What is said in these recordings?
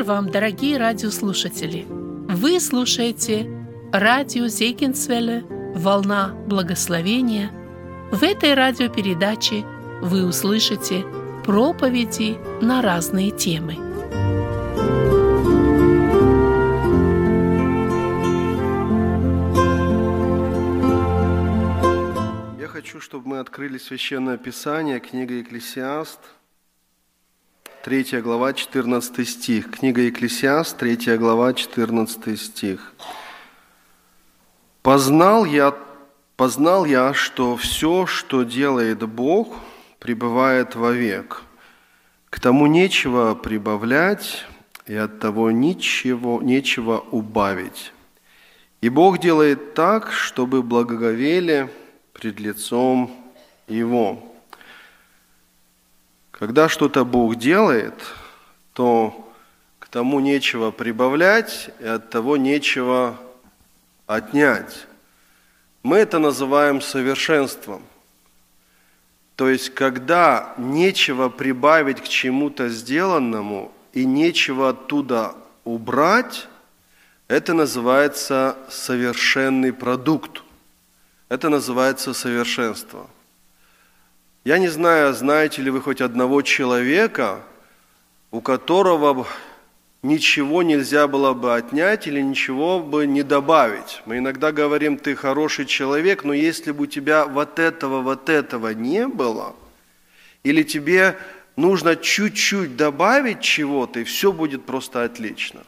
вам, дорогие радиослушатели! Вы слушаете радио Зегенсвелле «Волна благословения». В этой радиопередаче вы услышите проповеди на разные темы. Я хочу, чтобы мы открыли Священное Писание, книга Екклесиаст, 3 глава, 14 стих. Книга Екклесиаст, 3 глава, 14 стих. «Познал я, что все, что делает Бог, пребывает вовек. К тому нечего прибавлять, и от того нечего убавить. И Бог делает так, чтобы благоговели пред лицом Его». Когда что-то Бог делает, то к тому нечего прибавлять, и от того нечего отнять. Мы это называем совершенством. То есть, когда нечего прибавить к чему-то сделанному и нечего оттуда убрать, это называется совершенный продукт. Это называется совершенство. Я не знаю, знаете ли вы хоть одного человека, у которого ничего нельзя было бы отнять или ничего бы не добавить. Мы иногда говорим, ты хороший человек, но если бы у тебя вот этого не было, или тебе нужно чуть-чуть добавить чего-то, и все будет просто отлично.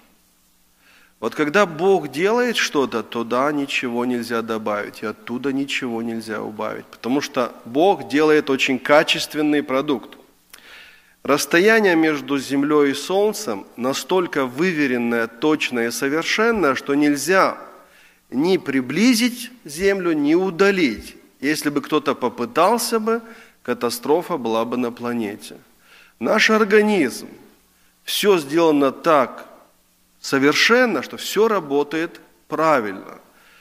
Вот когда Бог делает что-то, то да, ничего нельзя добавить, и оттуда ничего нельзя убавить, потому что Бог делает очень качественный продукт. Расстояние между Землей и Солнцем настолько выверенное, точное и совершенное, что нельзя ни приблизить Землю, ни удалить. Если бы кто-то попытался бы, катастрофа была бы на планете. Наш организм, все сделано так совершенно, что все работает правильно.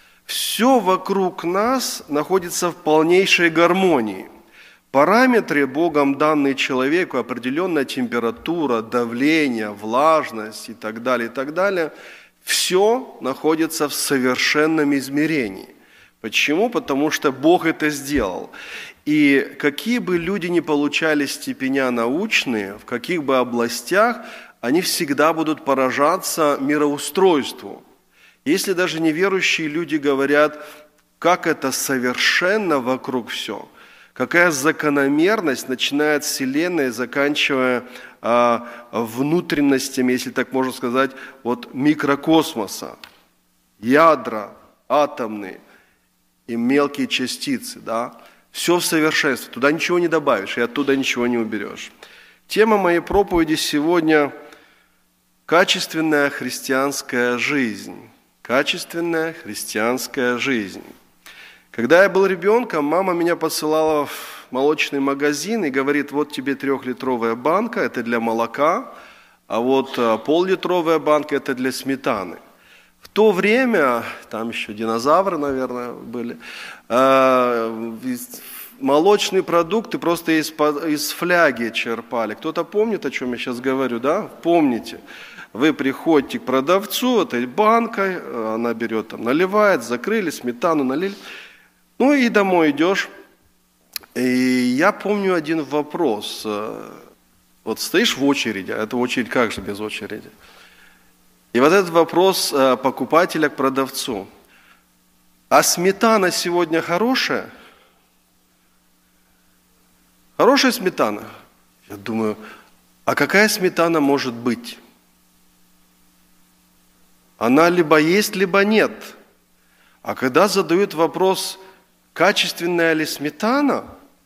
Все вокруг нас находится в полнейшей гармонии. Параметры, Богом данные человеку, определенная температура, давление, влажность и так далее, все находится в совершенном измерении. Почему? Потому что Бог это сделал. И какие бы люди ни получали степеня научные, в каких бы областях, они всегда будут поражаться мироустройству. Если даже неверующие люди говорят, как это совершенно вокруг все, какая закономерность, начиная от Вселенной, заканчивая внутренностями, если так можно сказать, вот микрокосмоса, ядра атомные и мелкие частицы, да, все в совершенстве, туда ничего не добавишь и оттуда ничего не уберешь. Тема моей проповеди сегодня – качественная христианская жизнь. Качественная христианская жизнь. Когда я был ребенком, мама меня посылала в молочный магазин и говорит, вот тебе 3-литровая банка, это для молока, а вот пол-литровая банка, это для сметаны. В то время, там еще динозавры, наверное, были, молочные продукты просто из фляги черпали. Кто-то помнит, о чем я сейчас говорю, да? Помните. Вы приходите к продавцу этой банкой, она берет, там, наливает, закрыли, сметану налили. Ну и домой идешь. И я помню один вопрос. Вот стоишь в очереди, а это очередь как же без очереди? И вот этот вопрос покупателя к продавцу. А сметана сегодня хорошая? Хорошая сметана? Я думаю, а какая сметана может быть? Она либо есть, либо нет. А когда задают вопрос, качественная ли сметана,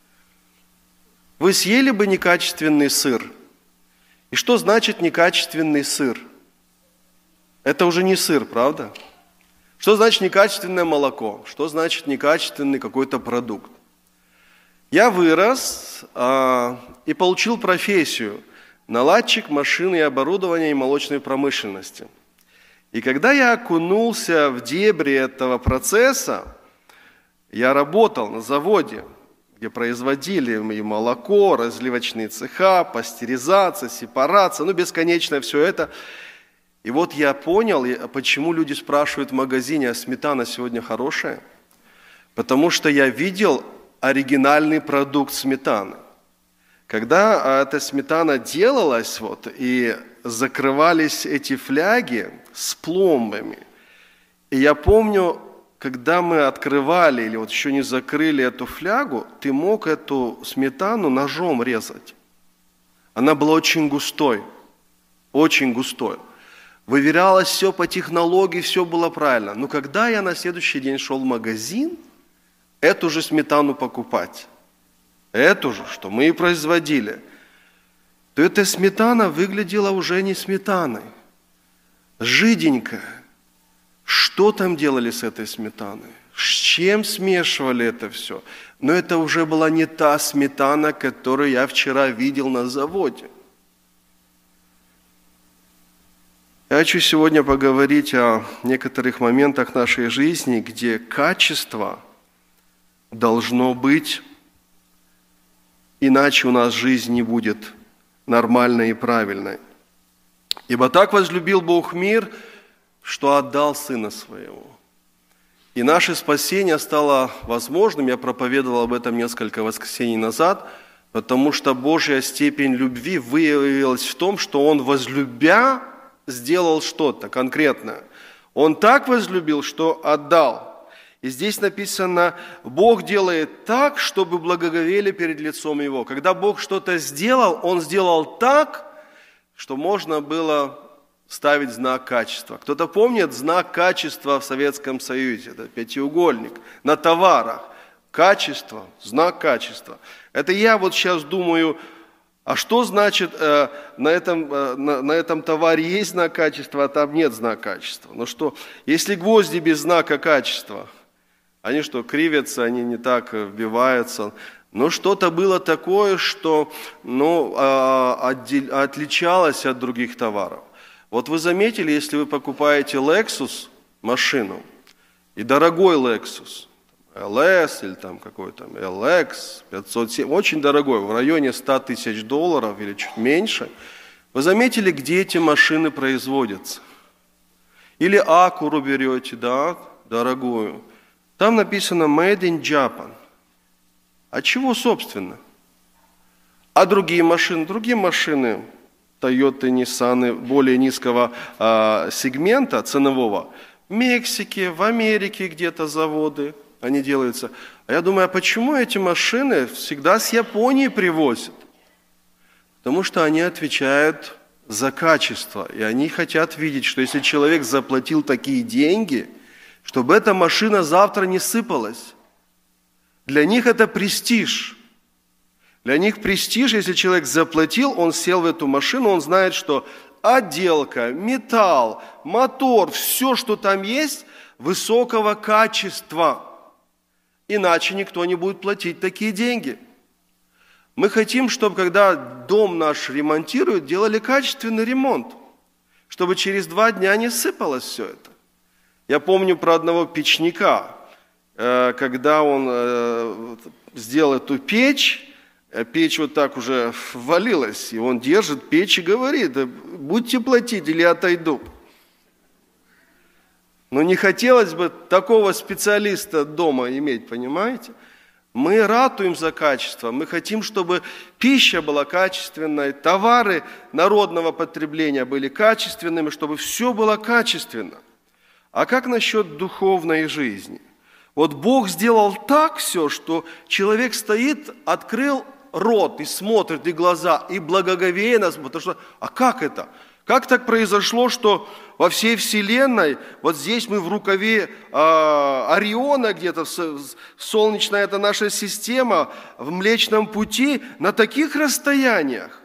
вы съели бы некачественный сыр. И что значит некачественный сыр? Это уже не сыр, правда? Что значит некачественное молоко? Что значит некачественный какой-то продукт? Я вырос и получил профессию наладчик машины и оборудования и молочной промышленности. И когда я окунулся в дебри этого процесса, я работал на заводе, где производили и молоко, разливочные цеха, пастеризация, сепарация, бесконечно все это. И вот я понял, почему люди спрашивают в магазине, а сметана сегодня хорошая? Потому что я видел оригинальный продукт сметаны. Когда эта сметана делалась, и закрывались эти фляги с пломбами, и я помню, когда мы открывали или еще не закрыли эту флягу, ты мог эту сметану ножом резать. Она была очень густой, очень густой. Выверялось все по технологии, все было правильно. Но когда я на следующий день шел в магазин, эту же сметану покупать, эту же, что мы и производили, то эта сметана выглядела уже не сметаной, жиденькая. Что там делали с этой сметаной? С чем смешивали это все? Но это уже была не та сметана, которую я вчера видел на заводе. Я хочу сегодня поговорить о некоторых моментах нашей жизни, где качество должно быть, иначе у нас жизнь не будет нормальной и правильной. Ибо так возлюбил Бог мир, что отдал Сына Своего. И наше спасение стало возможным, я проповедовал об этом несколько воскресений назад, потому что Божья степень любви выявилась в том, что Он, возлюбя, сделал что-то конкретное. Он так возлюбил, что отдал. И здесь написано, Бог делает так, чтобы благоговели перед лицом Его. Когда Бог что-то сделал, Он сделал так, что можно было ставить знак качества. Кто-то помнит знак качества в Советском Союзе? Это пятиугольник на товарах. Качество, знак качества. Это я сейчас думаю, а что значит на этом товаре есть знак качества, а там нет знака качества? Ну что, если гвозди без знака качества, они что, кривятся, они не так вбиваются? Но что-то было такое, что отличалось от других товаров. Вот вы заметили, если вы покупаете Lexus машину, и дорогой Lexus, LS или там какой-то LX 507, очень дорогой, в районе 100 тысяч долларов или чуть меньше, вы заметили, где эти машины производятся? Или Acura берете, да, дорогую, там написано Made in Japan. А чего, собственно? А другие машины Toyota, Nissan более низкого сегмента ценового, в Мексике, в Америке где-то заводы, они делаются. А я думаю, а почему эти машины всегда с Японии привозят? Потому что они отвечают за качество, и они хотят видеть, что если человек заплатил такие деньги, чтобы эта машина завтра не сыпалась. Для них это престиж. Для них престиж, если человек заплатил, он сел в эту машину, он знает, что отделка, металл, мотор, все, что там есть, высокого качества. Иначе никто не будет платить такие деньги. Мы хотим, чтобы когда дом наш ремонтируют, делали качественный ремонт, чтобы через 2 дня не сыпалось все это. Я помню про одного печника, когда он сделал эту печь вот так уже ввалилась, и он держит печь и говорит, да будьте платить или отойду. Но не хотелось бы такого специалиста дома иметь, понимаете? Мы ратуем за качество, мы хотим, чтобы пища была качественной, товары народного потребления были качественными, чтобы все было качественно. А как насчет духовной жизни? Вот Бог сделал так все, что человек стоит, открыл рот и смотрит, и глаза, и благоговеет нас, потому что, а как это? Как так произошло, что во всей Вселенной, вот здесь мы в рукаве Ориона где-то, солнечная это наша система, в Млечном Пути, на таких расстояниях,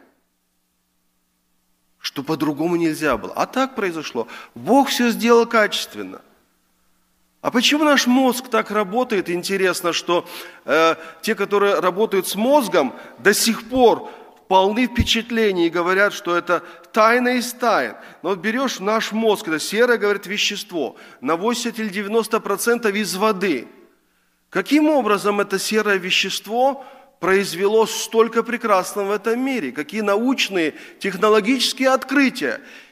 что по-другому нельзя было. А так произошло. Бог все сделал качественно. А почему наш мозг так работает? Интересно, что те, которые работают с мозгом, до сих пор полны впечатлений и говорят, что это тайна из тайн. Но вот берешь наш мозг, это серое, говорит, вещество, на 80 или 90% из воды. Каким образом это серое вещество произвело столько прекрасного в этом мире? Какие научные, технологические открытия?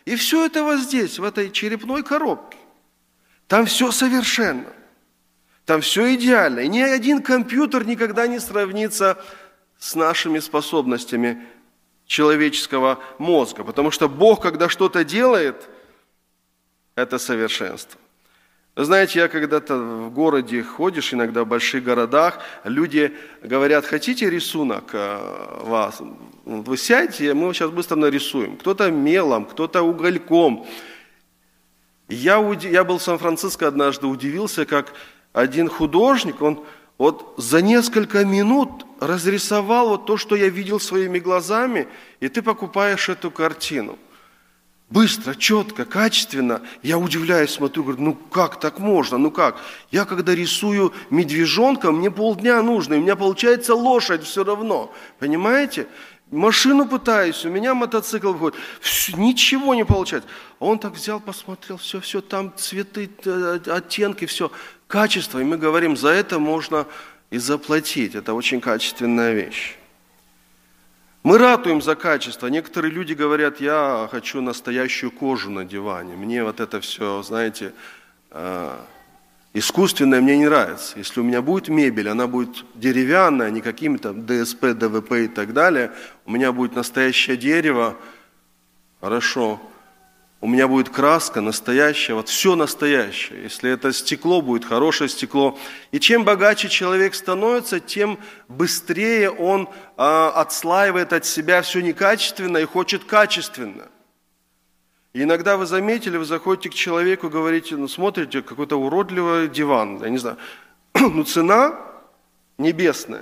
И все это вот здесь, в этой черепной коробке. Там все совершенно. Там все идеально. И ни один компьютер никогда не сравнится с нашими способностями человеческого мозга. Потому что Бог, когда что-то делает, это совершенство. Вы знаете, я когда-то в городе ходишь, иногда в больших городах, люди говорят, хотите рисунок вас? Вы сядьте, мы сейчас быстро нарисуем. Кто-то мелом, кто-то угольком. Я был в Сан-Франциско однажды, удивился, как один художник, он вот за несколько минут разрисовал вот то, что я видел своими глазами, и ты покупаешь эту картину. Быстро, четко, качественно. Я удивляюсь, смотрю, говорю, ну как так можно, ну как? Я когда рисую медвежонка, мне полдня нужно, и у меня получается лошадь все равно. Понимаете? Машину пытаюсь, у меня мотоцикл выходит. Ничего не получается. А он так взял, посмотрел, все, там цветы, оттенки, все. Качество. И мы говорим, за это можно и заплатить. Это очень качественная вещь. Мы ратуем за качество. Некоторые люди говорят, я хочу настоящую кожу на диване. Мне вот это все, знаете, искусственное мне не нравится. Если у меня будет мебель, она будет деревянная, не какими-то ДСП, ДВП и так далее. У меня будет настоящее дерево. Хорошо. У меня будет краска настоящая, вот все настоящее. Если это стекло, будет хорошее стекло. И чем богаче человек становится, тем быстрее он отслаивает от себя все некачественное и хочет качественно. И иногда вы заметили, вы заходите к человеку, говорите, ну смотрите, какой-то уродливый диван, я не знаю. Ну цена небесная.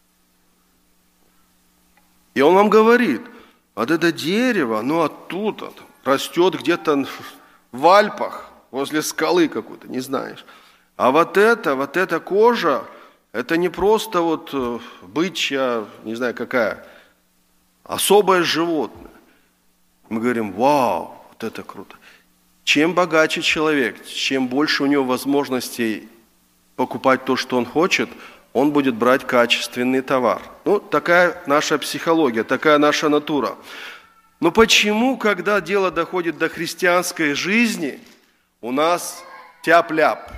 И он вам говорит, вот это дерево, ну оттуда растет где-то в Альпах, возле скалы какой-то, не знаешь. А вот эта кожа, это не просто вот бычья, не знаю какая, особое животное. Мы говорим, вау, вот это круто. Чем богаче человек, чем больше у него возможностей покупать то, что он хочет, он будет брать качественный товар. Ну, такая наша психология, такая наша натура. Но почему, когда дело доходит до христианской жизни, у нас тяп-ляп?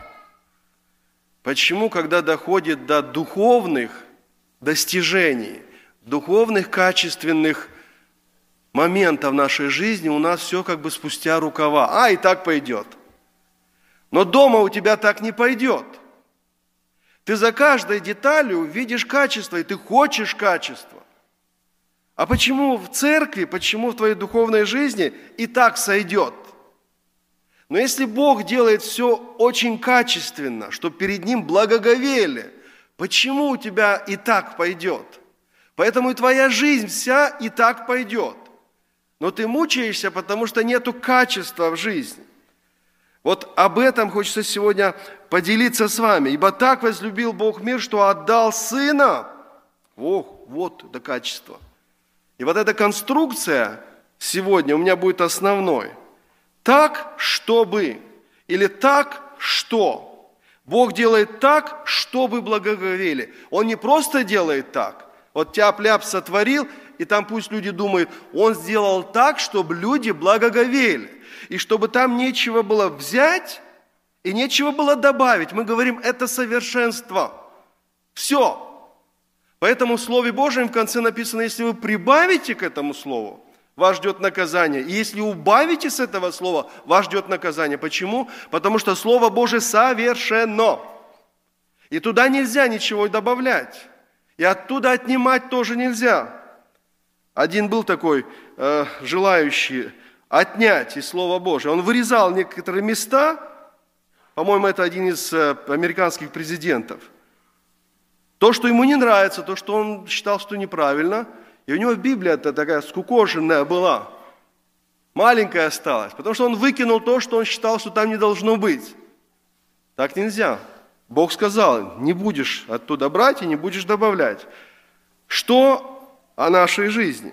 Почему, когда доходит до духовных достижений, духовных качественных моментов в нашей жизни, у нас все как бы спустя рукава? И так пойдет. Но дома у тебя так не пойдет. Ты за каждой деталью видишь качество, и ты хочешь качества. А почему в церкви, почему в твоей духовной жизни и так сойдет? Но если Бог делает все очень качественно, чтобы перед Ним благоговели, почему у тебя и так пойдет? Поэтому и твоя жизнь вся и так пойдет. Но ты мучаешься, потому что нету качества в жизни. Вот об этом хочется сегодня поделиться с вами. Ибо так возлюбил Бог мир, что отдал Сына. Вот это качество. И вот эта конструкция сегодня у меня будет основной. Так, чтобы, или так, что. Бог делает так, чтобы благоговели. Он не просто делает так. Вот тяп-ляп сотворил, и там пусть люди думают, он сделал так, чтобы люди благоговели. И чтобы там нечего было взять и нечего было добавить. Мы говорим, это совершенство. Все. Поэтому в Слове Божьем в конце написано, если вы прибавите к этому слову, вас ждет наказание. И если убавите с этого слова, вас ждет наказание. Почему? Потому что Слово Божие совершенно. И туда нельзя ничего добавлять. И оттуда отнимать тоже нельзя. Один был такой, желающий отнять из Слова Божия. Он вырезал некоторые места, по-моему, это один из американских президентов. То, что ему не нравится, то, что он считал, что неправильно. И у него Библия-то такая скукоженная была. Маленькая осталась. Потому что он выкинул то, что он считал, что там не должно быть. Так нельзя. Бог сказал, не будешь оттуда брать и не будешь добавлять. Что о нашей жизни?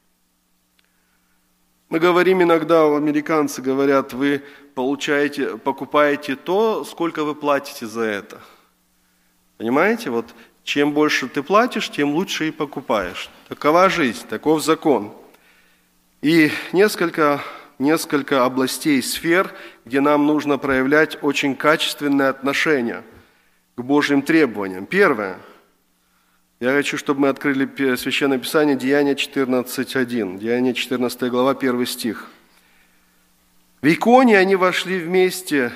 Мы говорим иногда, американцы говорят, вы покупаете то, сколько вы платите за это. Понимаете? Вот чем больше ты платишь, тем лучше и покупаешь. Такова жизнь, таков закон. И несколько несколько областей, сфер, где нам нужно проявлять очень качественное отношение к Божьим требованиям. Первое. Я хочу, чтобы мы открыли Священное Писание, Деяния 14:1. Деяния 14 глава, 1 стих. В Иконии они вошли вместе,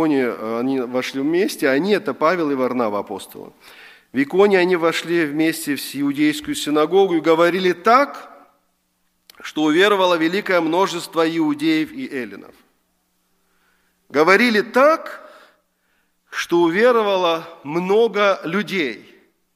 они это Павел и Варнава, апостолы. В Иконии они вошли вместе в иудейскую синагогу и говорили так, что уверовало великое множество иудеев и эллинов. Говорили так, что уверовало много людей.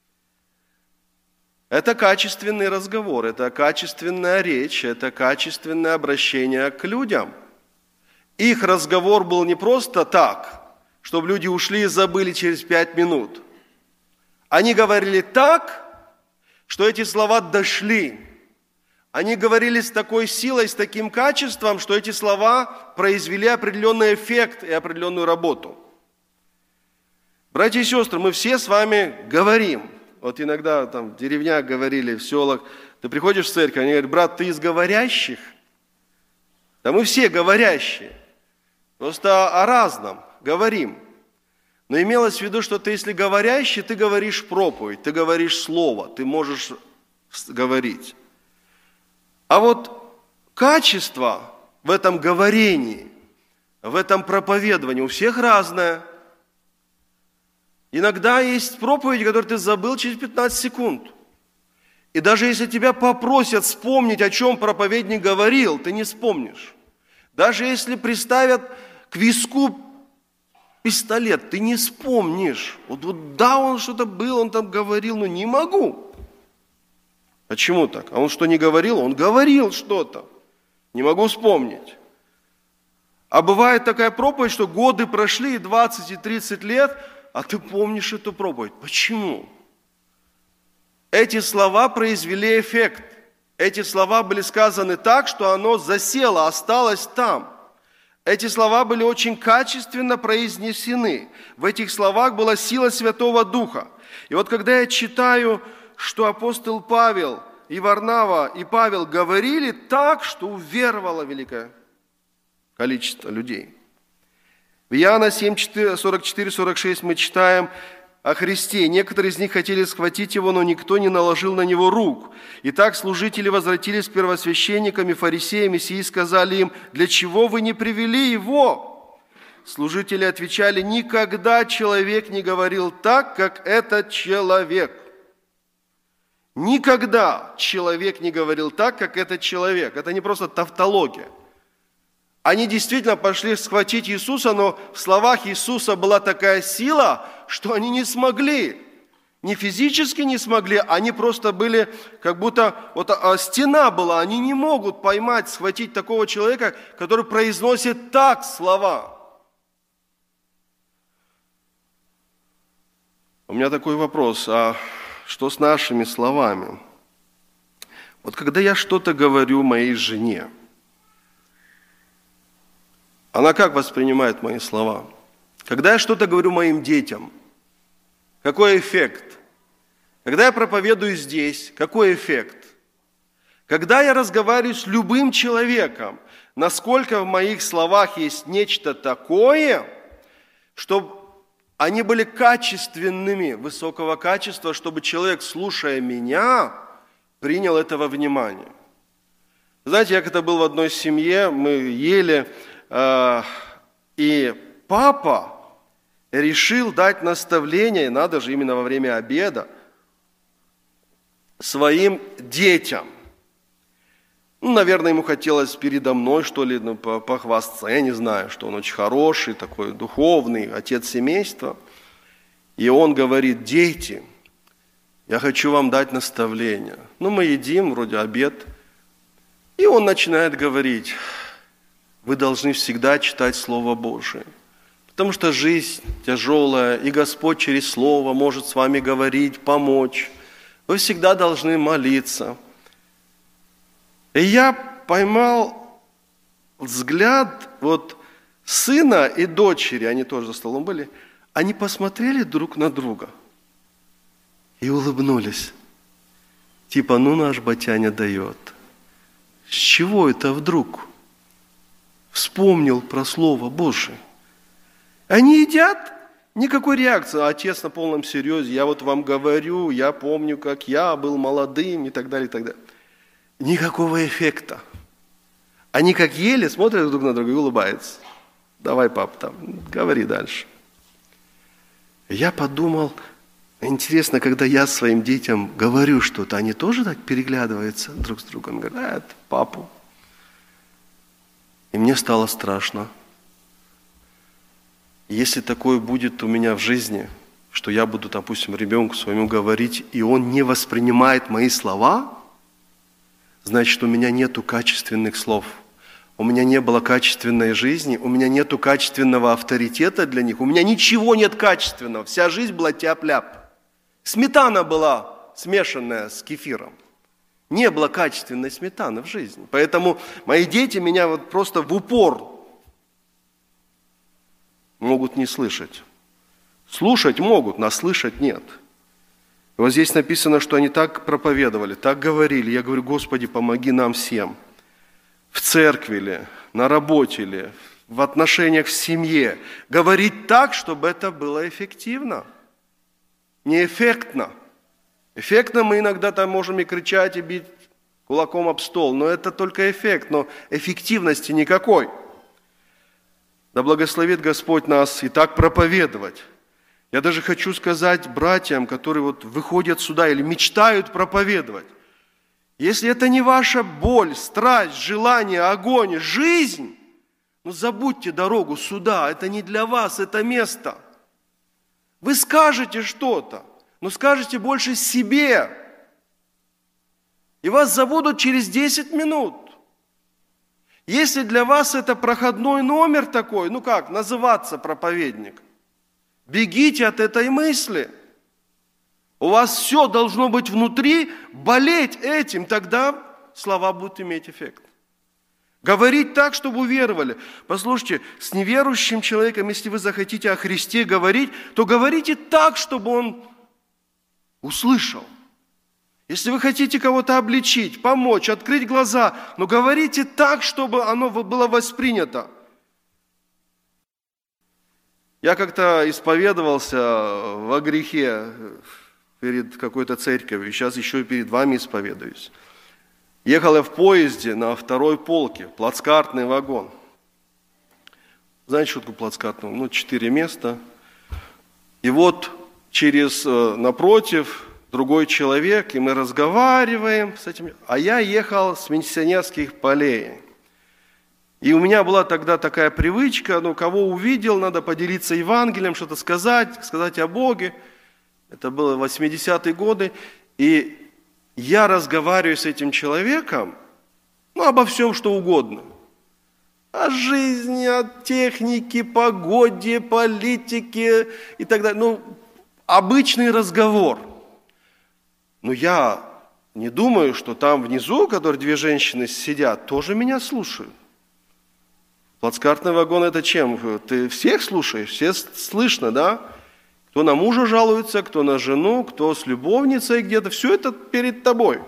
Это качественный разговор, это качественная речь, это качественное обращение к людям. Их разговор был не просто так, чтобы люди ушли и забыли через 5 минут. Они говорили так, что эти слова дошли. Они говорили с такой силой, с таким качеством, что эти слова произвели определенный эффект и определенную работу. Братья и сестры, мы все с вами говорим. Вот иногда там в деревнях говорили, в селах, ты приходишь в церковь, они говорят, брат, ты из говорящих? Да мы все говорящие, просто о разном говорим. Но имелось в виду, что ты, если говорящий, ты говоришь проповедь, ты говоришь слово, ты можешь говорить. А вот качество в этом говорении, в этом проповедовании у всех разное. Иногда есть проповедь, которую ты забыл через 15 секунд. И даже если тебя попросят вспомнить, о чем проповедник говорил, ты не вспомнишь. Даже если приставят к виску пистолет, ты не вспомнишь. Вот да, он что-то был, он там говорил, но не могу. Почему так? А он что, не говорил? Он говорил что-то. Не могу вспомнить. А бывает такая проповедь, что годы прошли, 20 и 30 лет, а ты помнишь эту проповедь. Почему? Эти слова произвели эффект. Эти слова были сказаны так, что оно засело, осталось там. Эти слова были очень качественно произнесены. В этих словах была сила Святого Духа. И вот когда я читаю, что апостол Павел и Варнава и Павел говорили так, что уверовало великое количество людей. В Иоанна 7:44-46 мы читаем о Христе. Некоторые из них хотели схватить его, но никто не наложил на него рук. Итак, служители возвратились к первосвященникам и фарисеям, и сии сказали им, для чего вы не привели его? Служители отвечали, никогда человек не говорил так, как этот человек. Никогда человек не говорил так, как этот человек. Это не просто тавтология. Они действительно пошли схватить Иисуса, но в словах Иисуса была такая сила, что они не смогли. Не физически не смогли, они просто были, как будто вот стена была. Они не могут поймать, схватить такого человека, который произносит так слова. У меня такой вопрос, а что с нашими словами? Вот когда я что-то говорю моей жене, она как воспринимает мои слова? Когда я что-то говорю моим детям, какой эффект? Когда я проповедую здесь, какой эффект? Когда я разговариваю с любым человеком, насколько в моих словах есть нечто такое, чтобы они были качественными, высокого качества, чтобы человек, слушая меня, принял это во внимание. Знаете, я когда был в одной семье, мы ели, и папа решил дать наставление, надо же именно во время обеда, своим детям. Наверное, ему хотелось передо мной, что ли, похвастаться. Я не знаю, что он очень хороший, такой духовный, отец семейства. И он говорит, дети, я хочу вам дать наставление. Мы едим, вроде обед. И он начинает говорить, вы должны всегда читать Слово Божие. Потому что жизнь тяжелая, и Господь через Слово может с вами говорить, помочь. Вы всегда должны молиться. И я поймал взгляд сына и дочери, они тоже за столом были, они посмотрели друг на друга и улыбнулись. Типа, наш батяня дает. С чего это вдруг? вспомнил про Слово Божие. Они едят, никакой реакции. Отец на полном серьезе, я вот вам говорю, я помню, как я был молодым и так далее, и так далее. Никакого эффекта. Они как ели, смотрят друг на друга и улыбаются. Давай, пап, там, говори дальше. Я подумал, интересно, когда я своим детям говорю что-то, они тоже так переглядываются друг с другом, говорят, это папу. И мне стало страшно. Если такое будет у меня в жизни, что я буду, допустим, ребенку своему говорить, и он не воспринимает мои слова, значит, у меня нету качественных слов. У меня не было качественной жизни, у меня нету качественного авторитета для них, у меня ничего нет качественного, вся жизнь была тяп-ляп. Сметана была смешанная с кефиром. Не было качественной сметаны в жизни. Поэтому мои дети меня вот просто в упор могут не слышать. Слушать могут, но слышать нет. И вот здесь написано, что они так проповедовали, так говорили. Я говорю, Господи, помоги нам всем. В церкви ли, на работе ли, в отношениях в семье. Говорить так, чтобы это было эффективно. Не эффектно. Эффектно мы иногда там можем и кричать, и бить кулаком об стол. Но это только эффект, но эффективности никакой. Да благословит Господь нас и так проповедовать. Я даже хочу сказать братьям, которые вот выходят сюда или мечтают проповедовать. Если это не ваша боль, страсть, желание, огонь, жизнь, ну забудьте дорогу сюда, это не для вас, это место. Вы скажете что-то, но скажете больше себе. И вас забудут через 10 минут. Если для вас это проходной номер такой, ну как, называться проповедник, бегите от этой мысли. У вас все должно быть внутри, болеть этим, тогда слова будут иметь эффект. Говорить так, чтобы уверовали. Послушайте, с неверующим человеком, если вы захотите о Христе говорить, то говорите так, чтобы он услышал. Если вы хотите кого-то обличить, помочь, открыть глаза, но говорите так, чтобы оно было воспринято. Я как-то исповедовался во грехе перед какой-то церковью, сейчас еще и перед вами исповедуюсь. Ехал я в поезде на второй полке, плацкартный вагон. Знаете шутку плацкартного? 4 места. И вот напротив другой человек, и мы разговариваем с этим. А я ехал с миссионерских полей. И у меня была тогда такая привычка, кого увидел, надо поделиться Евангелием, что-то сказать о Боге. Это было 80-е годы. И я разговариваю с этим человеком, обо всем, что угодно. О жизни, о технике, погоде, политике и так далее. Обычный разговор. Но я не думаю, что там внизу, которые 2 женщины сидят, тоже меня слушают. Плацкартный вагон – это чем? Ты всех слушаешь, все слышно, да? Кто на мужа жалуется, кто на жену, кто с любовницей где-то. Все это перед тобой.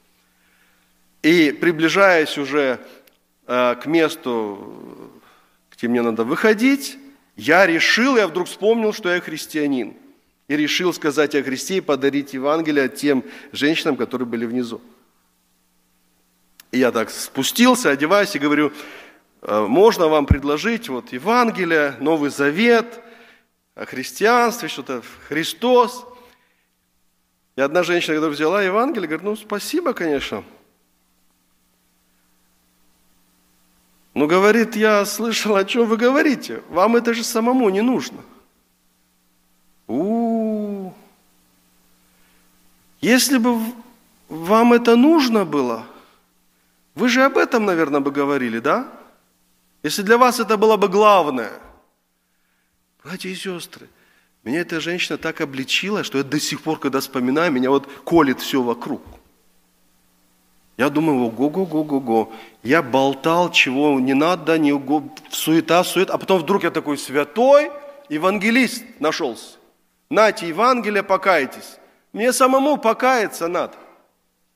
И приближаясь уже к месту, где мне надо выходить, я вдруг вспомнил, что я христианин. И решил сказать о Христе и подарить Евангелие тем женщинам, которые были внизу. И я так спустился, одеваюсь и говорю, можно вам предложить Евангелие, Новый Завет, о христианстве, что-то Христос. И одна женщина, которая взяла Евангелие, говорит, спасибо, конечно. Говорит, я слышал, о чем вы говорите. Вам это же самому не нужно. Если бы вам это нужно было, вы же об этом, наверное, бы говорили, да? Если для вас это было бы главное. Братья и сестры, меня эта женщина так обличила, что я до сих пор, когда вспоминаю, меня колет все вокруг. Я думаю, ого-го-го-го-го. Я болтал, чего не надо, суета, а потом вдруг я такой святой евангелист нашелся. Нате Евангелие, покайтесь. Мне самому покаяться надо.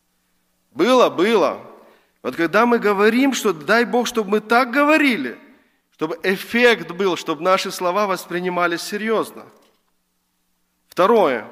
Было. Вот когда мы говорим, что дай Бог, чтобы мы так говорили, чтобы эффект был, чтобы наши слова воспринимались серьезно. Второе,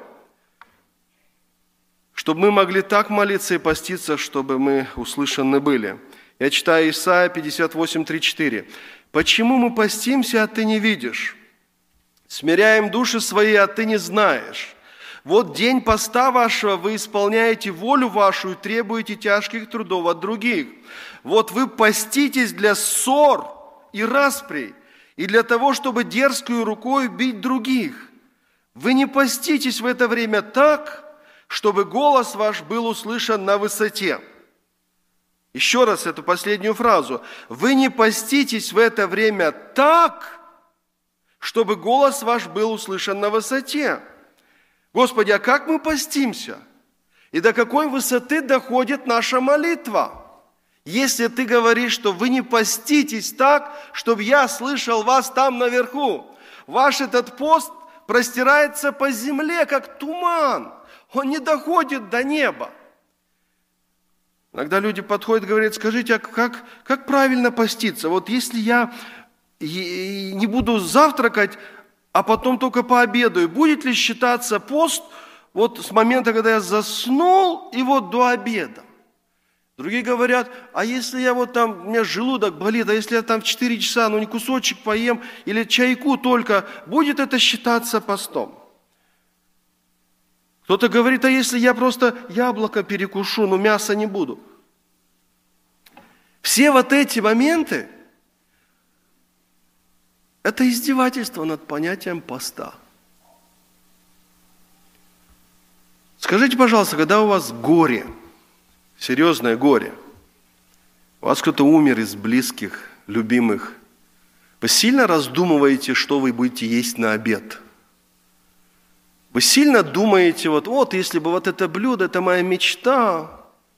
чтобы мы могли так молиться и поститься, чтобы мы услышаны были. Я читаю Исайя 58, 3-4. «Почему мы постимся, а ты не видишь? Смиряем души свои, а ты не знаешь. Вот день поста вашего, вы исполняете волю вашу и требуете тяжких трудов от других. Вот вы поститесь для ссор и расприй, и для того, чтобы дерзкую рукой бить других. Вы не поститесь в это время так, чтобы голос ваш был услышан на высоте». Еще раз эту последнюю фразу. «Вы не поститесь в это время так, чтобы голос ваш был услышан на высоте». Господи, а как мы постимся? И до какой высоты доходит наша молитва? Если ты говоришь, что вы не поститесь так, чтобы я слышал вас там наверху. Ваш этот пост простирается по земле, как туман. Он не доходит до неба. Иногда люди подходят и говорят: скажите, а как правильно поститься? Вот если я не буду завтракать, а потом только пообедаю, будет ли считаться пост вот с момента, когда я заснул, и вот до обеда? Другие говорят: а если я вот там, у меня желудок болит, а если я там в 4 часа, не кусочек поем или чайку только, будет это считаться постом? Кто-то говорит: а если я просто яблоко перекушу, но мяса не буду? Все вот эти моменты – это издевательство над понятием поста. Скажите, пожалуйста, когда у вас горе, серьезное горе, у вас кто-то умер из близких, любимых, вы сильно раздумываете, что вы будете есть на обед? Вы сильно думаете, вот если бы вот это блюдо, это моя мечта.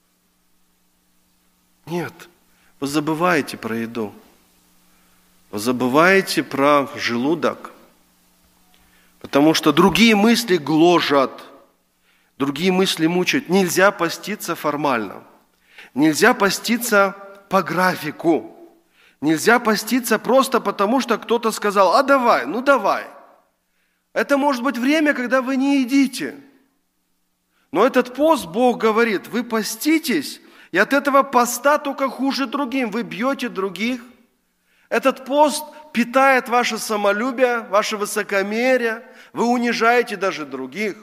Нет, вы забываете про еду. Вы забываете про желудок. Потому что другие мысли гложат, другие мысли мучают. Нельзя поститься формально. Нельзя поститься по графику. Нельзя поститься просто потому, что кто-то сказал: а давай, давай. Это может быть время, когда вы не едите. Но этот пост, Бог говорит, вы поститесь, и от этого поста только хуже другим. Вы бьете других. Этот пост питает ваше самолюбие, ваше высокомерие. Вы унижаете даже других.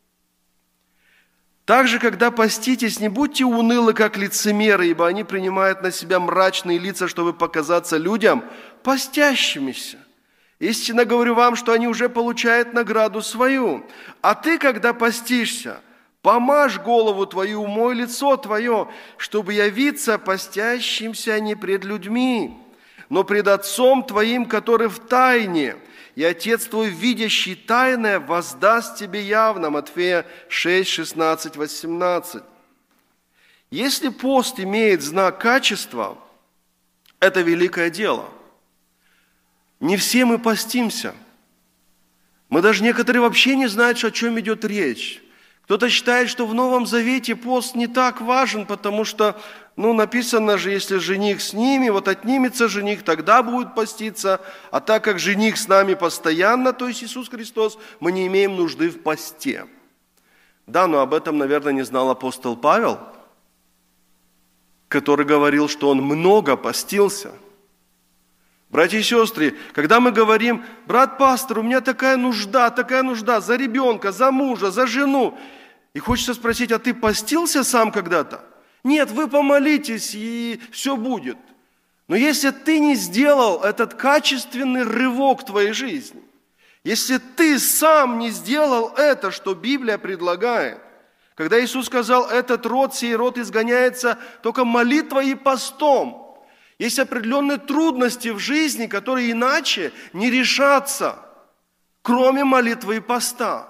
Также, когда поститесь, не будьте унылы, как лицемеры, ибо они принимают на себя мрачные лица, чтобы показаться людям постящимися. Истинно говорю вам, что они уже получают награду свою. А ты, когда постишься, помажь голову твою, умой лицо твое, чтобы явиться постящимся не пред людьми, но пред Отцом твоим, который в тайне. И Отец твой, видящий тайное, воздаст тебе явно. Матфея 6, 16, 18. Если пост имеет знак качества, это великое дело. Не все мы постимся. Мы даже некоторые вообще не знают, о чем идет речь. Кто-то считает, что в Новом Завете пост не так важен, потому что, написано же, если жених с ними, отнимется жених, тогда будет поститься. А так как жених с нами постоянно, то есть Иисус Христос, мы не имеем нужды в посте. Да, но об этом, наверное, не знал апостол Павел, который говорил, что он много постился. Братья и сестры, когда мы говорим: брат-пастор, у меня такая нужда за ребенка, за мужа, за жену. И хочется спросить: а ты постился сам когда-то? Нет, вы помолитесь, и все будет. Но если ты не сделал этот качественный рывок в твоей жизни, если ты сам не сделал это, что Библия предлагает, когда Иисус сказал: этот род, сей род изгоняется только молитвой и постом, есть определенные трудности в жизни, которые иначе не решатся, кроме молитвы и поста.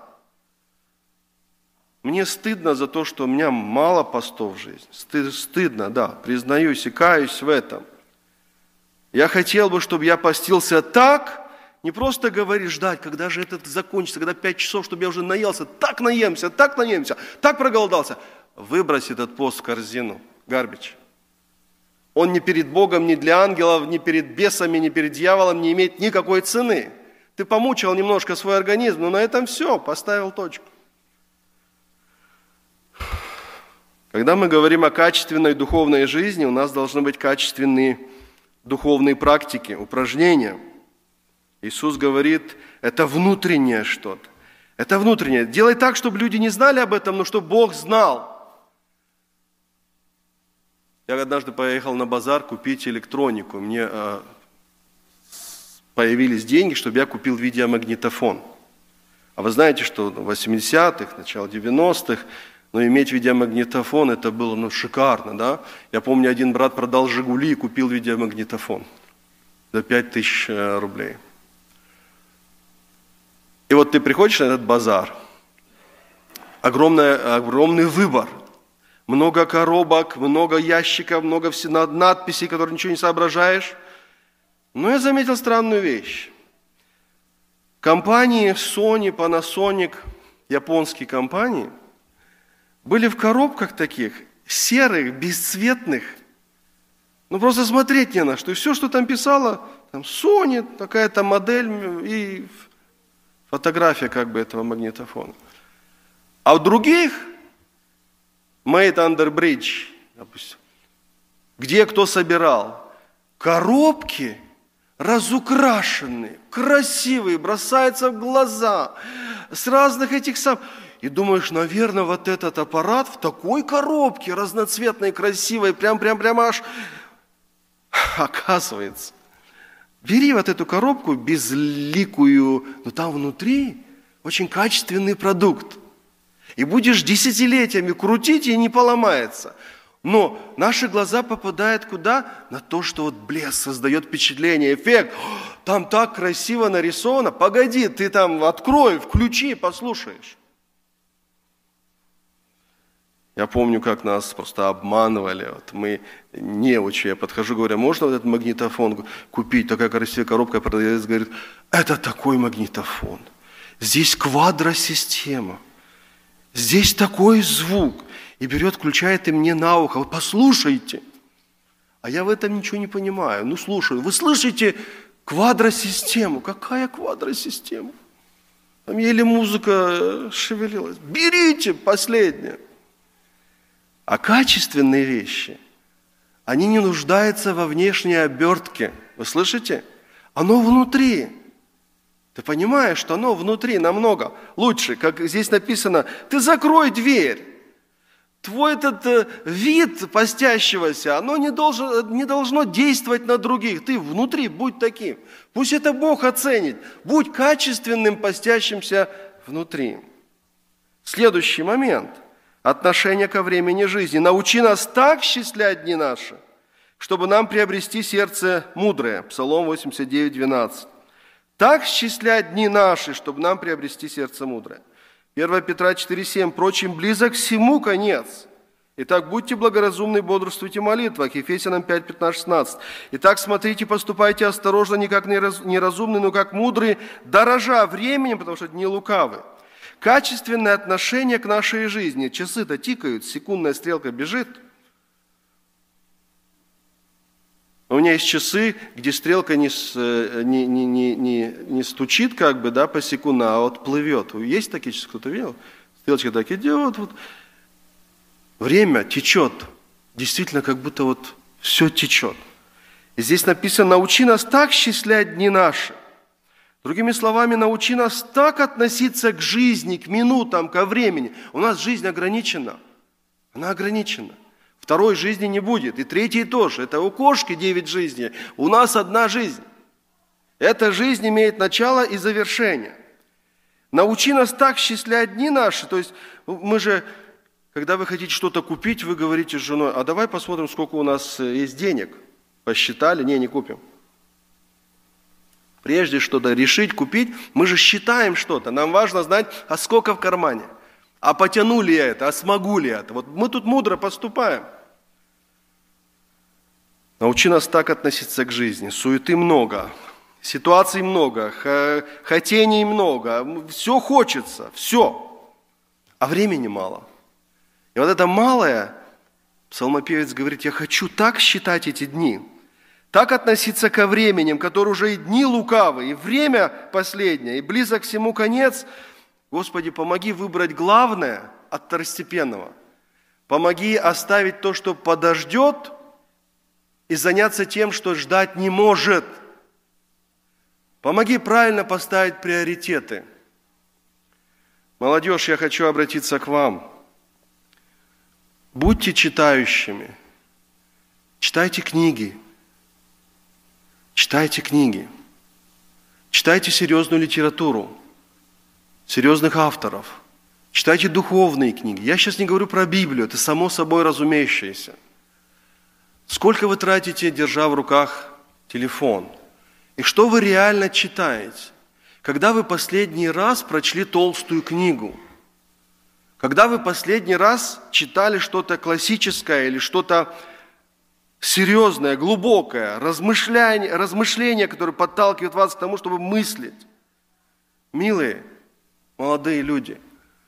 Мне стыдно за то, что у меня мало постов в жизни. Стыдно, да, признаюсь и каюсь в этом. Я хотел бы, чтобы я постился так, не просто говорить, ждать, когда же это закончится, когда 5 часов, чтобы я уже наелся, так наемся, так проголодался. Выбрось этот пост в корзину, гарбич. Он ни перед Богом, ни для ангелов, ни перед бесами, ни перед дьяволом не имеет никакой цены. Ты помучил немножко свой организм, но на этом все, поставил точку. Когда мы говорим о качественной духовной жизни, у нас должны быть качественные духовные практики, упражнения. Иисус говорит, это внутреннее что-то. Это внутреннее. Делай так, чтобы люди не знали об этом, но чтобы Бог знал. Я однажды поехал на базар купить электронику. Мне появились деньги, чтобы я купил видеомагнитофон. А вы знаете, что в 80-х, начало 90-х, иметь видеомагнитофон, это было шикарно, да? Я помню, один брат продал «Жигули» и купил видеомагнитофон за 5000 рублей. И вот ты приходишь на этот базар, огромный выбор, много коробок, много ящиков, много надписей, которые ничего не соображаешь. Но я заметил странную вещь. Компании Sony, Panasonic, японские компании, были в коробках таких, серых, бесцветных. Просто смотреть не на что. И все, что там писало, там Sony, такая-то модель и фотография этого магнитофона. А у других, Made Under Bridge, допустим, где кто собирал, коробки разукрашенные, красивые, бросаются в глаза, с разных этих самых. И думаешь, наверное, вот этот аппарат в такой коробке, разноцветной, красивой, прям аж... Оказывается, бери вот эту коробку безликую, но там внутри очень качественный продукт. И будешь десятилетиями крутить, и не поломается. Но наши глаза попадают куда? На то, что блеск создает впечатление, эффект. Там так красиво нарисовано. Погоди, ты там открой, включи, послушаешь. Я помню, как нас просто обманывали. Мы неучи. Я подхожу, говорю, можно вот этот магнитофон купить? Такая красивая коробка продавец говорит, это такой магнитофон. Здесь квадросистема. Здесь такой звук. И берет, включает и мне на ухо. Вот послушайте. А я в этом ничего не понимаю. Слушаю. Вы слышите квадросистему? Какая квадросистема? Там еле музыка шевелилась. Берите последнее. А качественные вещи, они не нуждаются во внешней обертке. Вы слышите? Оно внутри. Ты понимаешь, что оно внутри намного лучше. Как здесь написано, ты закрой дверь. Твой этот вид постящегося, оно не должно действовать на других. Ты внутри будь таким. Пусть это Бог оценит. Будь качественным постящимся внутри. Следующий момент. Отношение ко времени жизни. Научи нас так счислять дни наши, чтобы нам приобрести сердце мудрое. Псалом 89, 12. Так счислять дни наши, чтобы нам приобрести сердце мудрое. 1 Петра 4, 7. Впрочем, близок всему конец. Итак, будьте благоразумны, бодрствуйте в молитвах. Ефесянам 5, 15, 16. Итак, смотрите, поступайте осторожно, не как неразумные, но как мудрые, дорожа временем, потому что дни лукавы. Качественное отношение к нашей жизни. Часы-то тикают, секундная стрелка бежит. У меня есть часы, где стрелка не стучит по секунду, а плывет. Есть такие часы, кто-то видел? Стрелочка так идет. Время течет. Действительно, как будто все течет. И здесь написано, научи нас так счислять дни наши. Другими словами, научи нас так относиться к жизни, к минутам, ко времени. У нас жизнь ограничена. Она ограничена. Второй жизни не будет. И третьей тоже. Это у кошки 9 жизней. У нас одна жизнь. Эта жизнь имеет начало и завершение. Научи нас так счислять дни наши. То есть мы же, когда вы хотите что-то купить, вы говорите с женой, а давай посмотрим, сколько у нас есть денег. Посчитали? Не купим. Прежде что-то решить, купить, мы же считаем что-то. Нам важно знать, а сколько в кармане. А потяну ли я это, а смогу ли это. Мы тут мудро поступаем. Научи нас так относиться к жизни. Суеты много, ситуаций много, хотений много. Все хочется, все. А времени мало. И это малое, Псалмопевец говорит: я хочу так считать эти дни, так относиться ко временем, которые уже и дни лукавы, и время последнее, и близок всему конец. Господи, помоги выбрать главное от второстепенного. Помоги оставить то, что подождет, и заняться тем, что ждать не может. Помоги правильно поставить приоритеты. Молодежь, я хочу обратиться к вам. Будьте читающими. Читайте книги. Читайте книги. Читайте серьезную литературу, серьезных авторов. Читайте духовные книги. Я сейчас не говорю про Библию, это само собой разумеющееся. Сколько вы тратите, держа в руках телефон? И что вы реально читаете? Когда вы последний раз прочли толстую книгу? Когда вы последний раз читали что-то классическое или что-то серьезное, глубокое, размышление, которое подталкивает вас к тому, чтобы мыслить? Милые, молодые люди,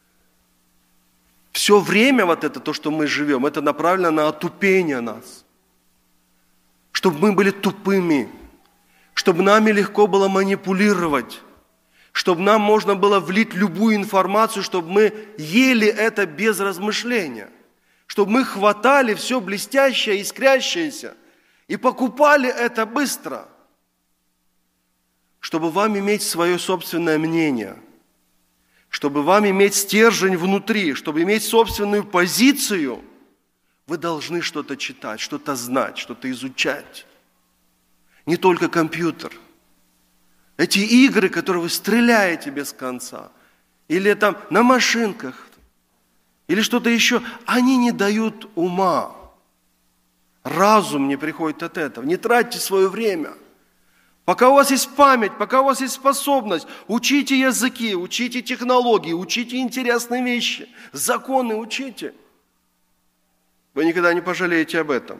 все время вот это, то, что мы живем, это направлено на отупение нас. Чтобы мы были тупыми, чтобы нами легко было манипулировать, чтобы нам можно было влить любую информацию, чтобы мы ели это без размышления, чтобы мы хватали все блестящее, искрящееся и покупали это быстро, чтобы вам иметь свое собственное мнение, чтобы вам иметь стержень внутри, чтобы иметь собственную позицию. Вы должны что-то читать, что-то знать, что-то изучать. Не только компьютер. Эти игры, которые вы стреляете без конца, или там на машинках, или что-то еще, они не дают ума. Разум не приходит от этого. Не тратьте свое время. Пока у вас есть память, пока у вас есть способность, учите языки, учите технологии, учите интересные вещи, законы учите. Вы никогда не пожалеете об этом.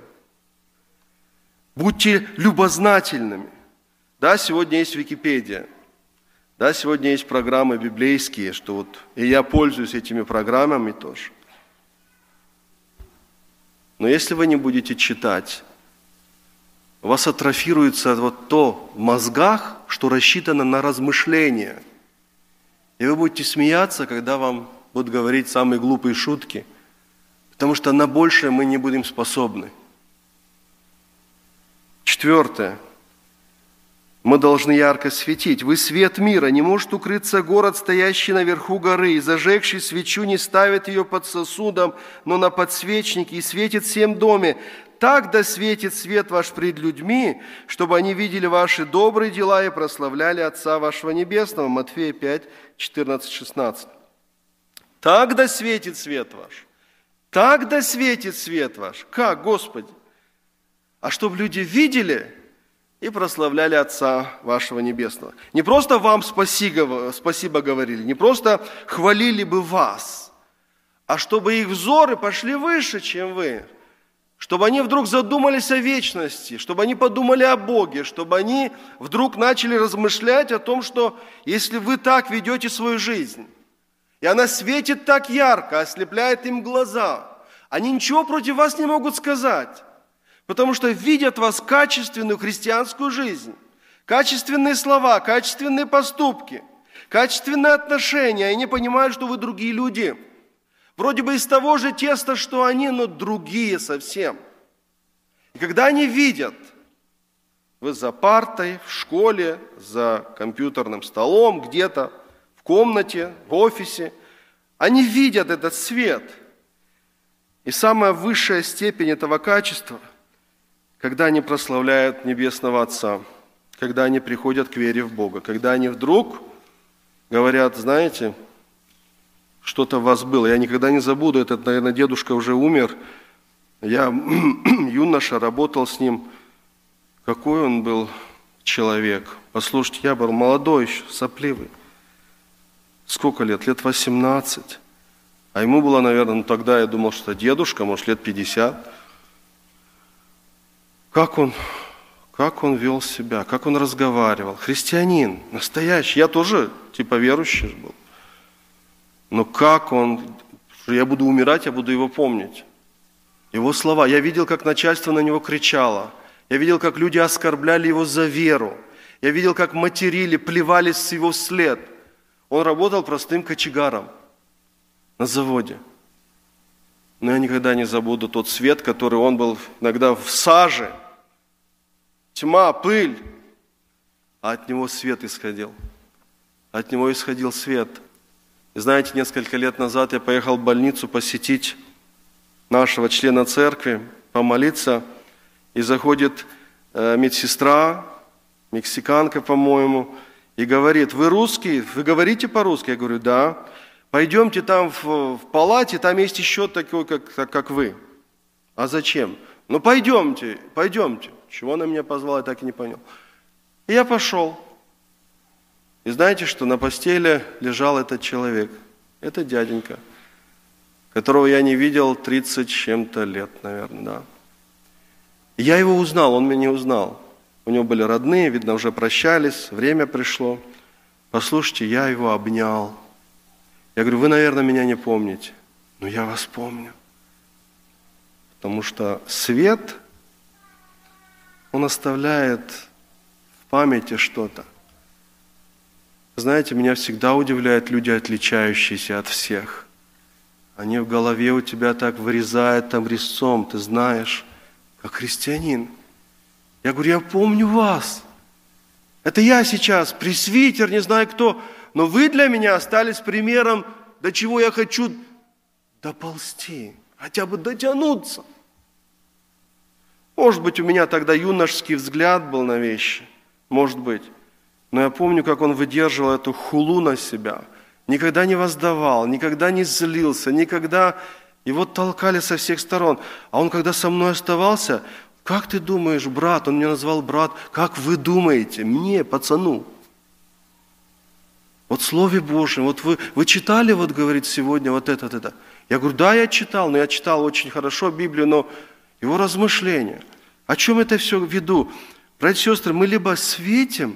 Будьте любознательными. Да, сегодня есть Википедия. Да, сегодня есть программы библейские, что вот и я пользуюсь этими программами тоже. Но если вы не будете читать, у вас атрофируется вот то в мозгах, что рассчитано на размышления. И вы будете смеяться, когда вам будут говорить самые глупые шутки, потому что на большее мы не будем способны. 4. Мы должны ярко светить. Вы свет мира, не может укрыться город, стоящий наверху горы, и зажегший свечу не ставит ее под сосудом, но на подсвечнике, и светит всем доме. Так да светит свет ваш пред людьми, чтобы они видели ваши добрые дела и прославляли Отца вашего Небесного. Матфея 5, 14, 16. Так да светит свет ваш. Так да светит свет ваш. Как, Господи? А чтобы люди видели и прославляли Отца вашего Небесного. Не просто вам спасибо говорили, не просто хвалили бы вас, а чтобы их взоры пошли выше, чем вы. Чтобы они вдруг задумались о вечности, чтобы они подумали о Боге, чтобы они вдруг начали размышлять о том, что если вы так ведете свою жизнь, и она светит так ярко, ослепляет им глаза, они ничего против вас не могут сказать, потому что видят в вас качественную христианскую жизнь, качественные слова, качественные поступки, качественные отношения, и они понимают, что вы другие люди. Вроде бы из того же теста, что они, но другие совсем. И когда они видят, вы за партой, в школе, за компьютерным столом, где-то, в комнате, в офисе, они видят этот свет. И самая высшая степень этого качества, когда они прославляют Небесного Отца, когда они приходят к вере в Бога, когда они вдруг говорят, знаете, что-то в вас было. Я никогда не забуду, этот, наверное, дедушка уже умер. Я юноша, работал с ним. Какой он был человек. Послушайте, я был молодой еще, сопливый. Сколько лет? Лет 18. А ему было, наверное, тогда я думал, что дедушка, может, лет 50. Как он вел себя, как он разговаривал. Христианин, настоящий. Я тоже, верующий был. Но как он, что я буду умирать, я буду его помнить. Его слова. Я видел, как начальство на него кричало. Я видел, как люди оскорбляли его за веру. Я видел, как материли, плевались с его вслед. Он работал простым кочегаром на заводе. Но я никогда не забуду тот свет, который он был иногда в саже. Тьма, пыль. А от него свет исходил. От него исходил свет. И знаете, несколько лет назад я поехал в больницу посетить нашего члена церкви, помолиться. И заходит медсестра, мексиканка, по-моему, и говорит: вы русский? Вы говорите по-русски? Я говорю: да. Пойдемте там в палате, там есть еще такой, как вы. А зачем? Ну пойдемте. Чего она меня позвала, я так и не понял. И я пошел. И знаете, что на постели лежал этот человек, это дяденька, которого я не видел 30 с чем-то лет, наверное, да. И я его узнал, он меня не узнал. У него были родные, видно, уже прощались, время пришло. Послушайте, я его обнял. Я говорю: вы, наверное, меня не помните. Но я вас помню. Потому что свет, он оставляет в памяти что-то. Знаете, меня всегда удивляют люди, отличающиеся от всех. Они в голове у тебя так вырезают там резцом, ты знаешь, как христианин. Я говорю: я помню вас. Это я сейчас, пресвитер, не знаю кто, но вы для меня остались примером, до чего я хочу доползти, хотя бы дотянуться. Может быть, у меня тогда юношеский взгляд был на вещи, может быть. Но я помню, как он выдерживал эту хулу на себя, никогда не воздавал, никогда не злился, никогда его толкали со всех сторон. А он, когда со мной оставался: как ты думаешь, брат, он меня назвал брат, как вы думаете, мне, пацану? Вот в Слове Божьем, вот вы читали, вот говорит сегодня вот это. Я говорю: да, я читал, но я читал очень хорошо Библию, но его размышления. О чем это все веду? Братья и сестры, мы либо светим,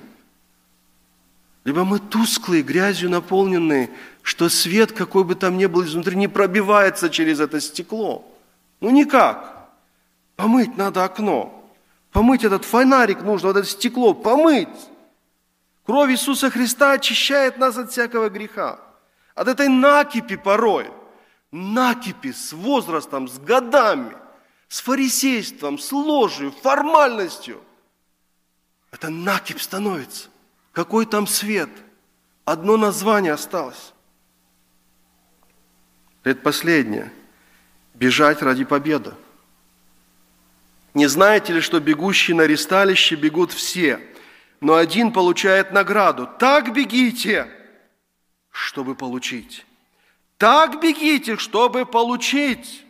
либо мы тусклые, грязью наполненные, что свет, какой бы там ни был изнутри, не пробивается через это стекло. Ну никак. Помыть надо окно. Помыть этот фонарик нужно, вот это стекло, помыть. Кровь Иисуса Христа очищает нас от всякого греха. От этой накипи порой. Накипи с возрастом, с годами, с фарисейством, с ложью, формальностью. Это накипь становится. Какой там свет? Одно название осталось. Предпоследнее. Бежать ради победы. Не знаете ли, что бегущие на ристалище бегут все, но один получает награду? Так бегите, чтобы получить. Так бегите, чтобы получить.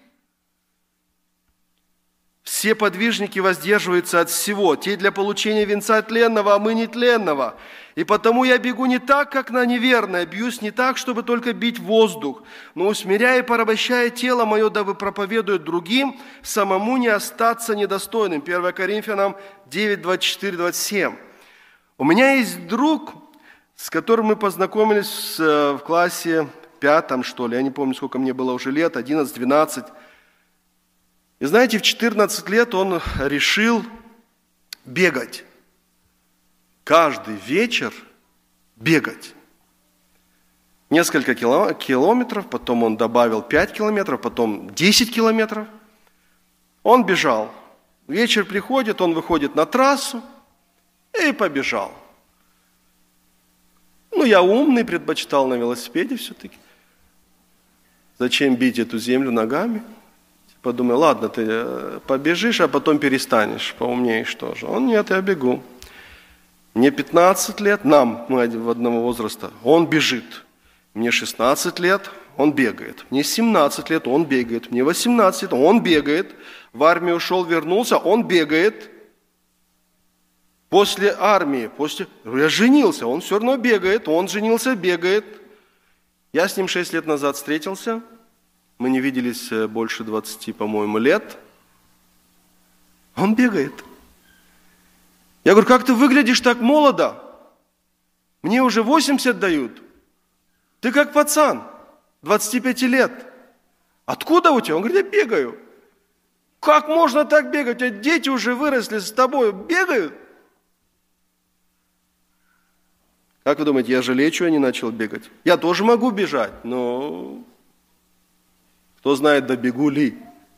Все подвижники воздерживаются от всего, те для получения венца тленного, а мы нетленного. И потому я бегу не так, как на неверное, бьюсь не так, чтобы только бить воздух, но усмиряя и порабощая тело мое, дабы проповедует другим, самому не остаться недостойным. 1 Коринфянам 9, 24, 27. У меня есть друг, с которым мы познакомились в классе 5, что ли, я не помню, сколько мне было уже лет, 11, 12. И знаете, в 14 лет он решил бегать. Каждый вечер бегать. Несколько километров, потом он добавил 5 километров, потом 10 километров. Он бежал. Вечер приходит, он выходит на трассу и побежал. Ну, я умный, предпочитал на велосипеде все-таки. Зачем бить эту землю ногами? Подумай, ладно, ты побежишь, а потом перестанешь, поумнеешь тоже. Он: нет, я бегу. Мне 15 лет, мы в одного возраста, он бежит. Мне 16 лет, он бегает. Мне 17 лет, он бегает. Мне 18 лет, он бегает. В армию ушел, вернулся, он бегает. После армии, я женился, он все равно бегает. Он женился, бегает. Я с ним 6 лет назад встретился. Мы не виделись больше 20, по-моему, лет. Он бегает. Я говорю: как ты выглядишь так молодо? Мне уже 80 дают. Ты как пацан, 25 лет. Откуда у тебя? Он говорит: я бегаю. Как можно так бегать? А дети уже выросли с тобой, бегают. Как вы думаете, я жалею, что я не начал бегать? Я тоже могу бежать, но кто знает, добегу ли.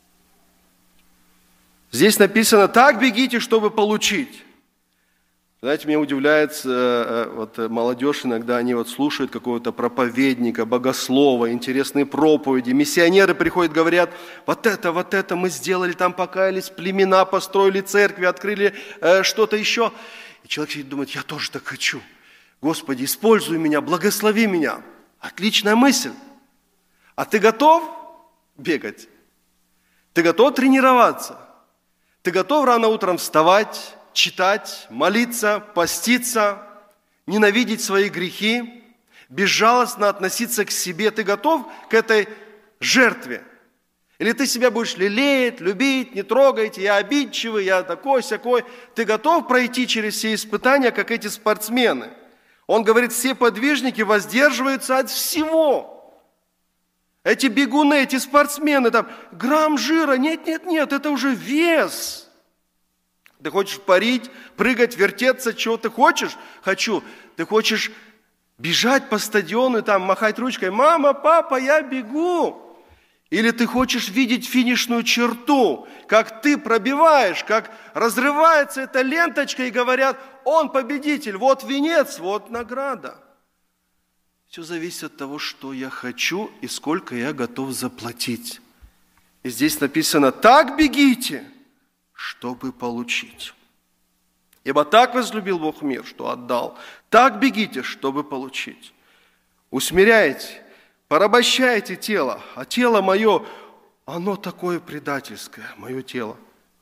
Здесь написано, так бегите, чтобы получить. Знаете, меня удивляет, молодежь иногда, они слушают какого-то проповедника, богослова, интересные проповеди. Миссионеры приходят, говорят, вот это мы сделали, там покаялись, племена построили, церкви, открыли что-то еще. И человек сидит и думает, я тоже так хочу. Господи, используй меня, благослови меня. Отличная мысль. А ты готов бегать? Ты готов тренироваться? Ты готов рано утром вставать, читать, молиться, поститься, ненавидеть свои грехи, безжалостно относиться к себе? Ты готов к этой жертве? Или ты себя будешь лелеять, любить, не трогайте, я обидчивый, я такой-сякой? Ты готов пройти через все испытания, как эти спортсмены? Он говорит, все подвижники воздерживаются от всего. Эти бегуны, эти спортсмены, там, грамм жира, нет, это уже вес. Ты хочешь парить, прыгать, вертеться, чего ты хочешь? Хочу. Ты хочешь бежать по стадиону и там махать ручкой, мама, папа, я бегу. Или ты хочешь видеть финишную черту, как ты пробиваешь, как разрывается эта ленточка и говорят, он победитель, вот венец, вот награда. Все зависит от того, что я хочу и сколько я готов заплатить. И здесь написано, так бегите, чтобы получить. Ибо так возлюбил Бог мир, что отдал. Так бегите, чтобы получить. Усмиряйте, порабощайте тело, а тело мое, оно такое предательское, мое тело.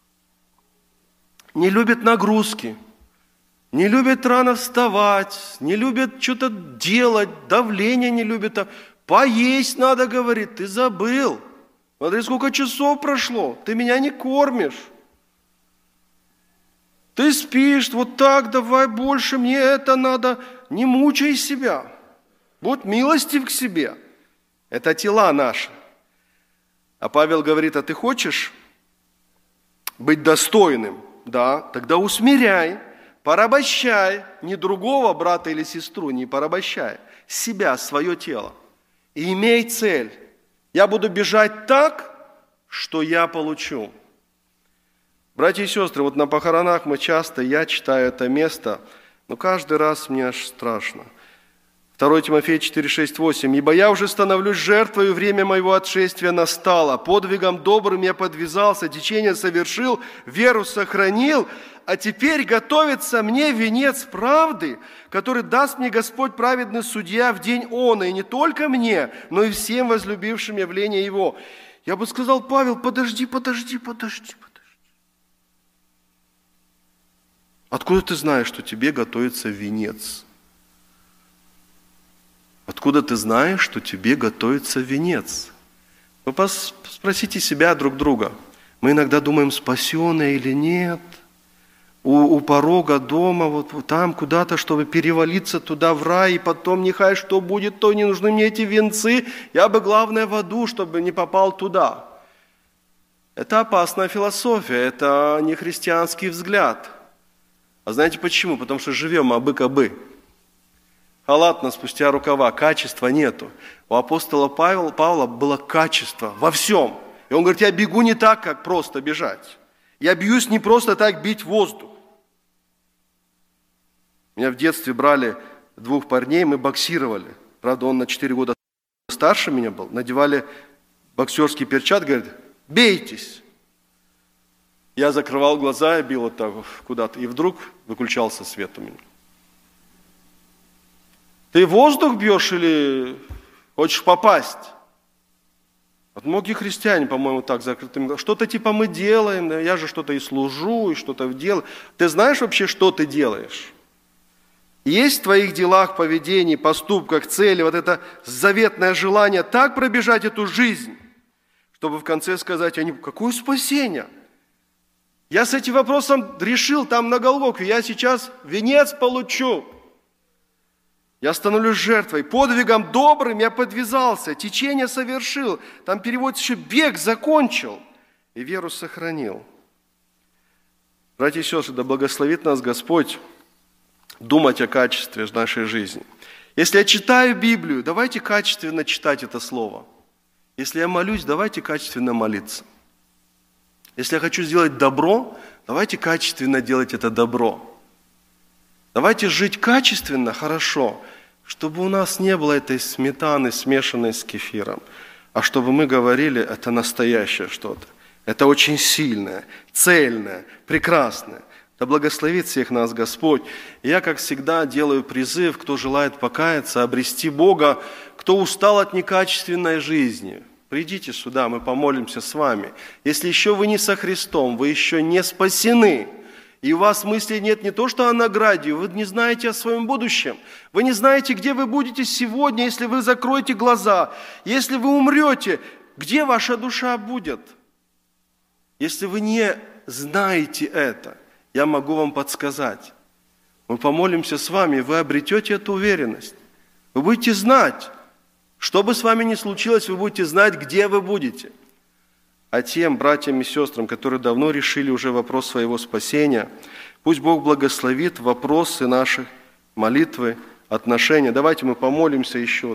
Не любит нагрузки, не любит рано вставать, не любит что-то делать, давление не любит. Поесть надо, говорит, ты забыл. Смотри, сколько часов прошло, ты меня не кормишь. Ты спишь, вот так, давай больше, мне это надо. Не мучай себя. Будь милостив к себе. Это тела наши. А Павел говорит, а ты хочешь быть достойным? Да, тогда усмиряй, порабощай не другого брата или сестру, не порабощай, себя, свое тело. И имей цель. Я буду бежать так, что я получу. Братья и сестры, вот на похоронах я читаю это место, но каждый раз мне аж страшно. 2 Тимофея 4, 6, 8. «Ибо я уже становлюсь жертвою, время моего отшествия настало. Подвигом добрым я подвязался, течение совершил, веру сохранил, а теперь готовится мне венец правды, который даст мне Господь праведный судья в день он, и не только мне, но и всем возлюбившим явление Его». Я бы сказал, Павел, подожди. Откуда ты знаешь, что тебе готовится венец? Откуда ты знаешь, что тебе готовится венец? Вы спросите себя друг друга. Мы иногда думаем, спасенные или нет. У порога дома, вот там куда-то, чтобы перевалиться туда в рай, и потом нехай что будет, то не нужны мне эти венцы. Я бы, главное, в аду, чтобы не попал туда. Это опасная философия, это не христианский взгляд. А знаете почему? Потому что живем абы-кабы. Халатно, спустя рукава, качества нету. У апостола Павла было качество во всем. И он говорит, я бегу не так, как просто бежать. Я бьюсь не просто так бить воздух. Меня в детстве брали 2 парней, мы боксировали. Правда, он на 4 года старше меня был. Надевали боксерский перчатки, говорит, бейтесь. Я закрывал глаза и бил вот так куда-то. И вдруг выключался свет у меня. Ты воздух бьешь или хочешь попасть? Вот многие христиане, по-моему, так закрытыми глазами. Что-то типа мы делаем, да, я же что-то и служу, и что-то делаю. Ты знаешь вообще, что ты делаешь? Есть в твоих делах, поведении, поступках, цели вот это заветное желание так пробежать эту жизнь, чтобы в конце сказать, какое спасение? Я с этим вопросом решил там на Голгофе, я сейчас венец получу. Я становлюсь жертвой, подвигом добрым я подвязался, течение совершил. Там переводится еще бег закончил. и веру сохранил. Братья и сестры, да благословит нас Господь думать о качестве нашей жизни. Если я читаю Библию, давайте качественно читать это слово. Если я молюсь, давайте качественно молиться. Если я хочу сделать добро, давайте качественно делать это добро. Давайте жить качественно, хорошо, чтобы у нас не было этой сметаны, смешанной с кефиром, а чтобы мы говорили, это настоящее что-то. Это очень сильное, цельное, прекрасное. Да благословит всех нас Господь. И я, как всегда, делаю призыв, кто желает покаяться, обрести Бога, кто устал от некачественной жизни. Придите сюда, мы помолимся с вами. Если еще вы не со Христом, вы еще не спасены, и у вас мысли нет не то что о награде, вы не знаете о своем будущем. Вы не знаете, где вы будете сегодня, если вы закроете глаза. Если вы умрете, где ваша душа будет? Если вы не знаете это, я могу вам подсказать. Мы помолимся с вами, и вы обретете эту уверенность. Вы будете знать, что бы с вами ни случилось, вы будете знать, где вы будете. А тем братьям и сестрам, которые давно решили уже вопрос своего спасения, пусть Бог благословит вопросы наших, молитвы, отношения. Давайте мы помолимся еще.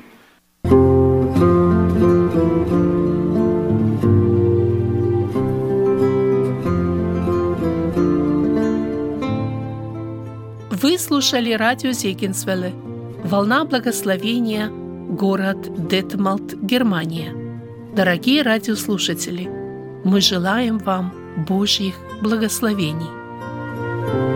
Вы слушали радио Зегенсвелле «Волна благословения», город Детмалт, Германия. Дорогие радиослушатели, мы желаем вам Божьих благословений.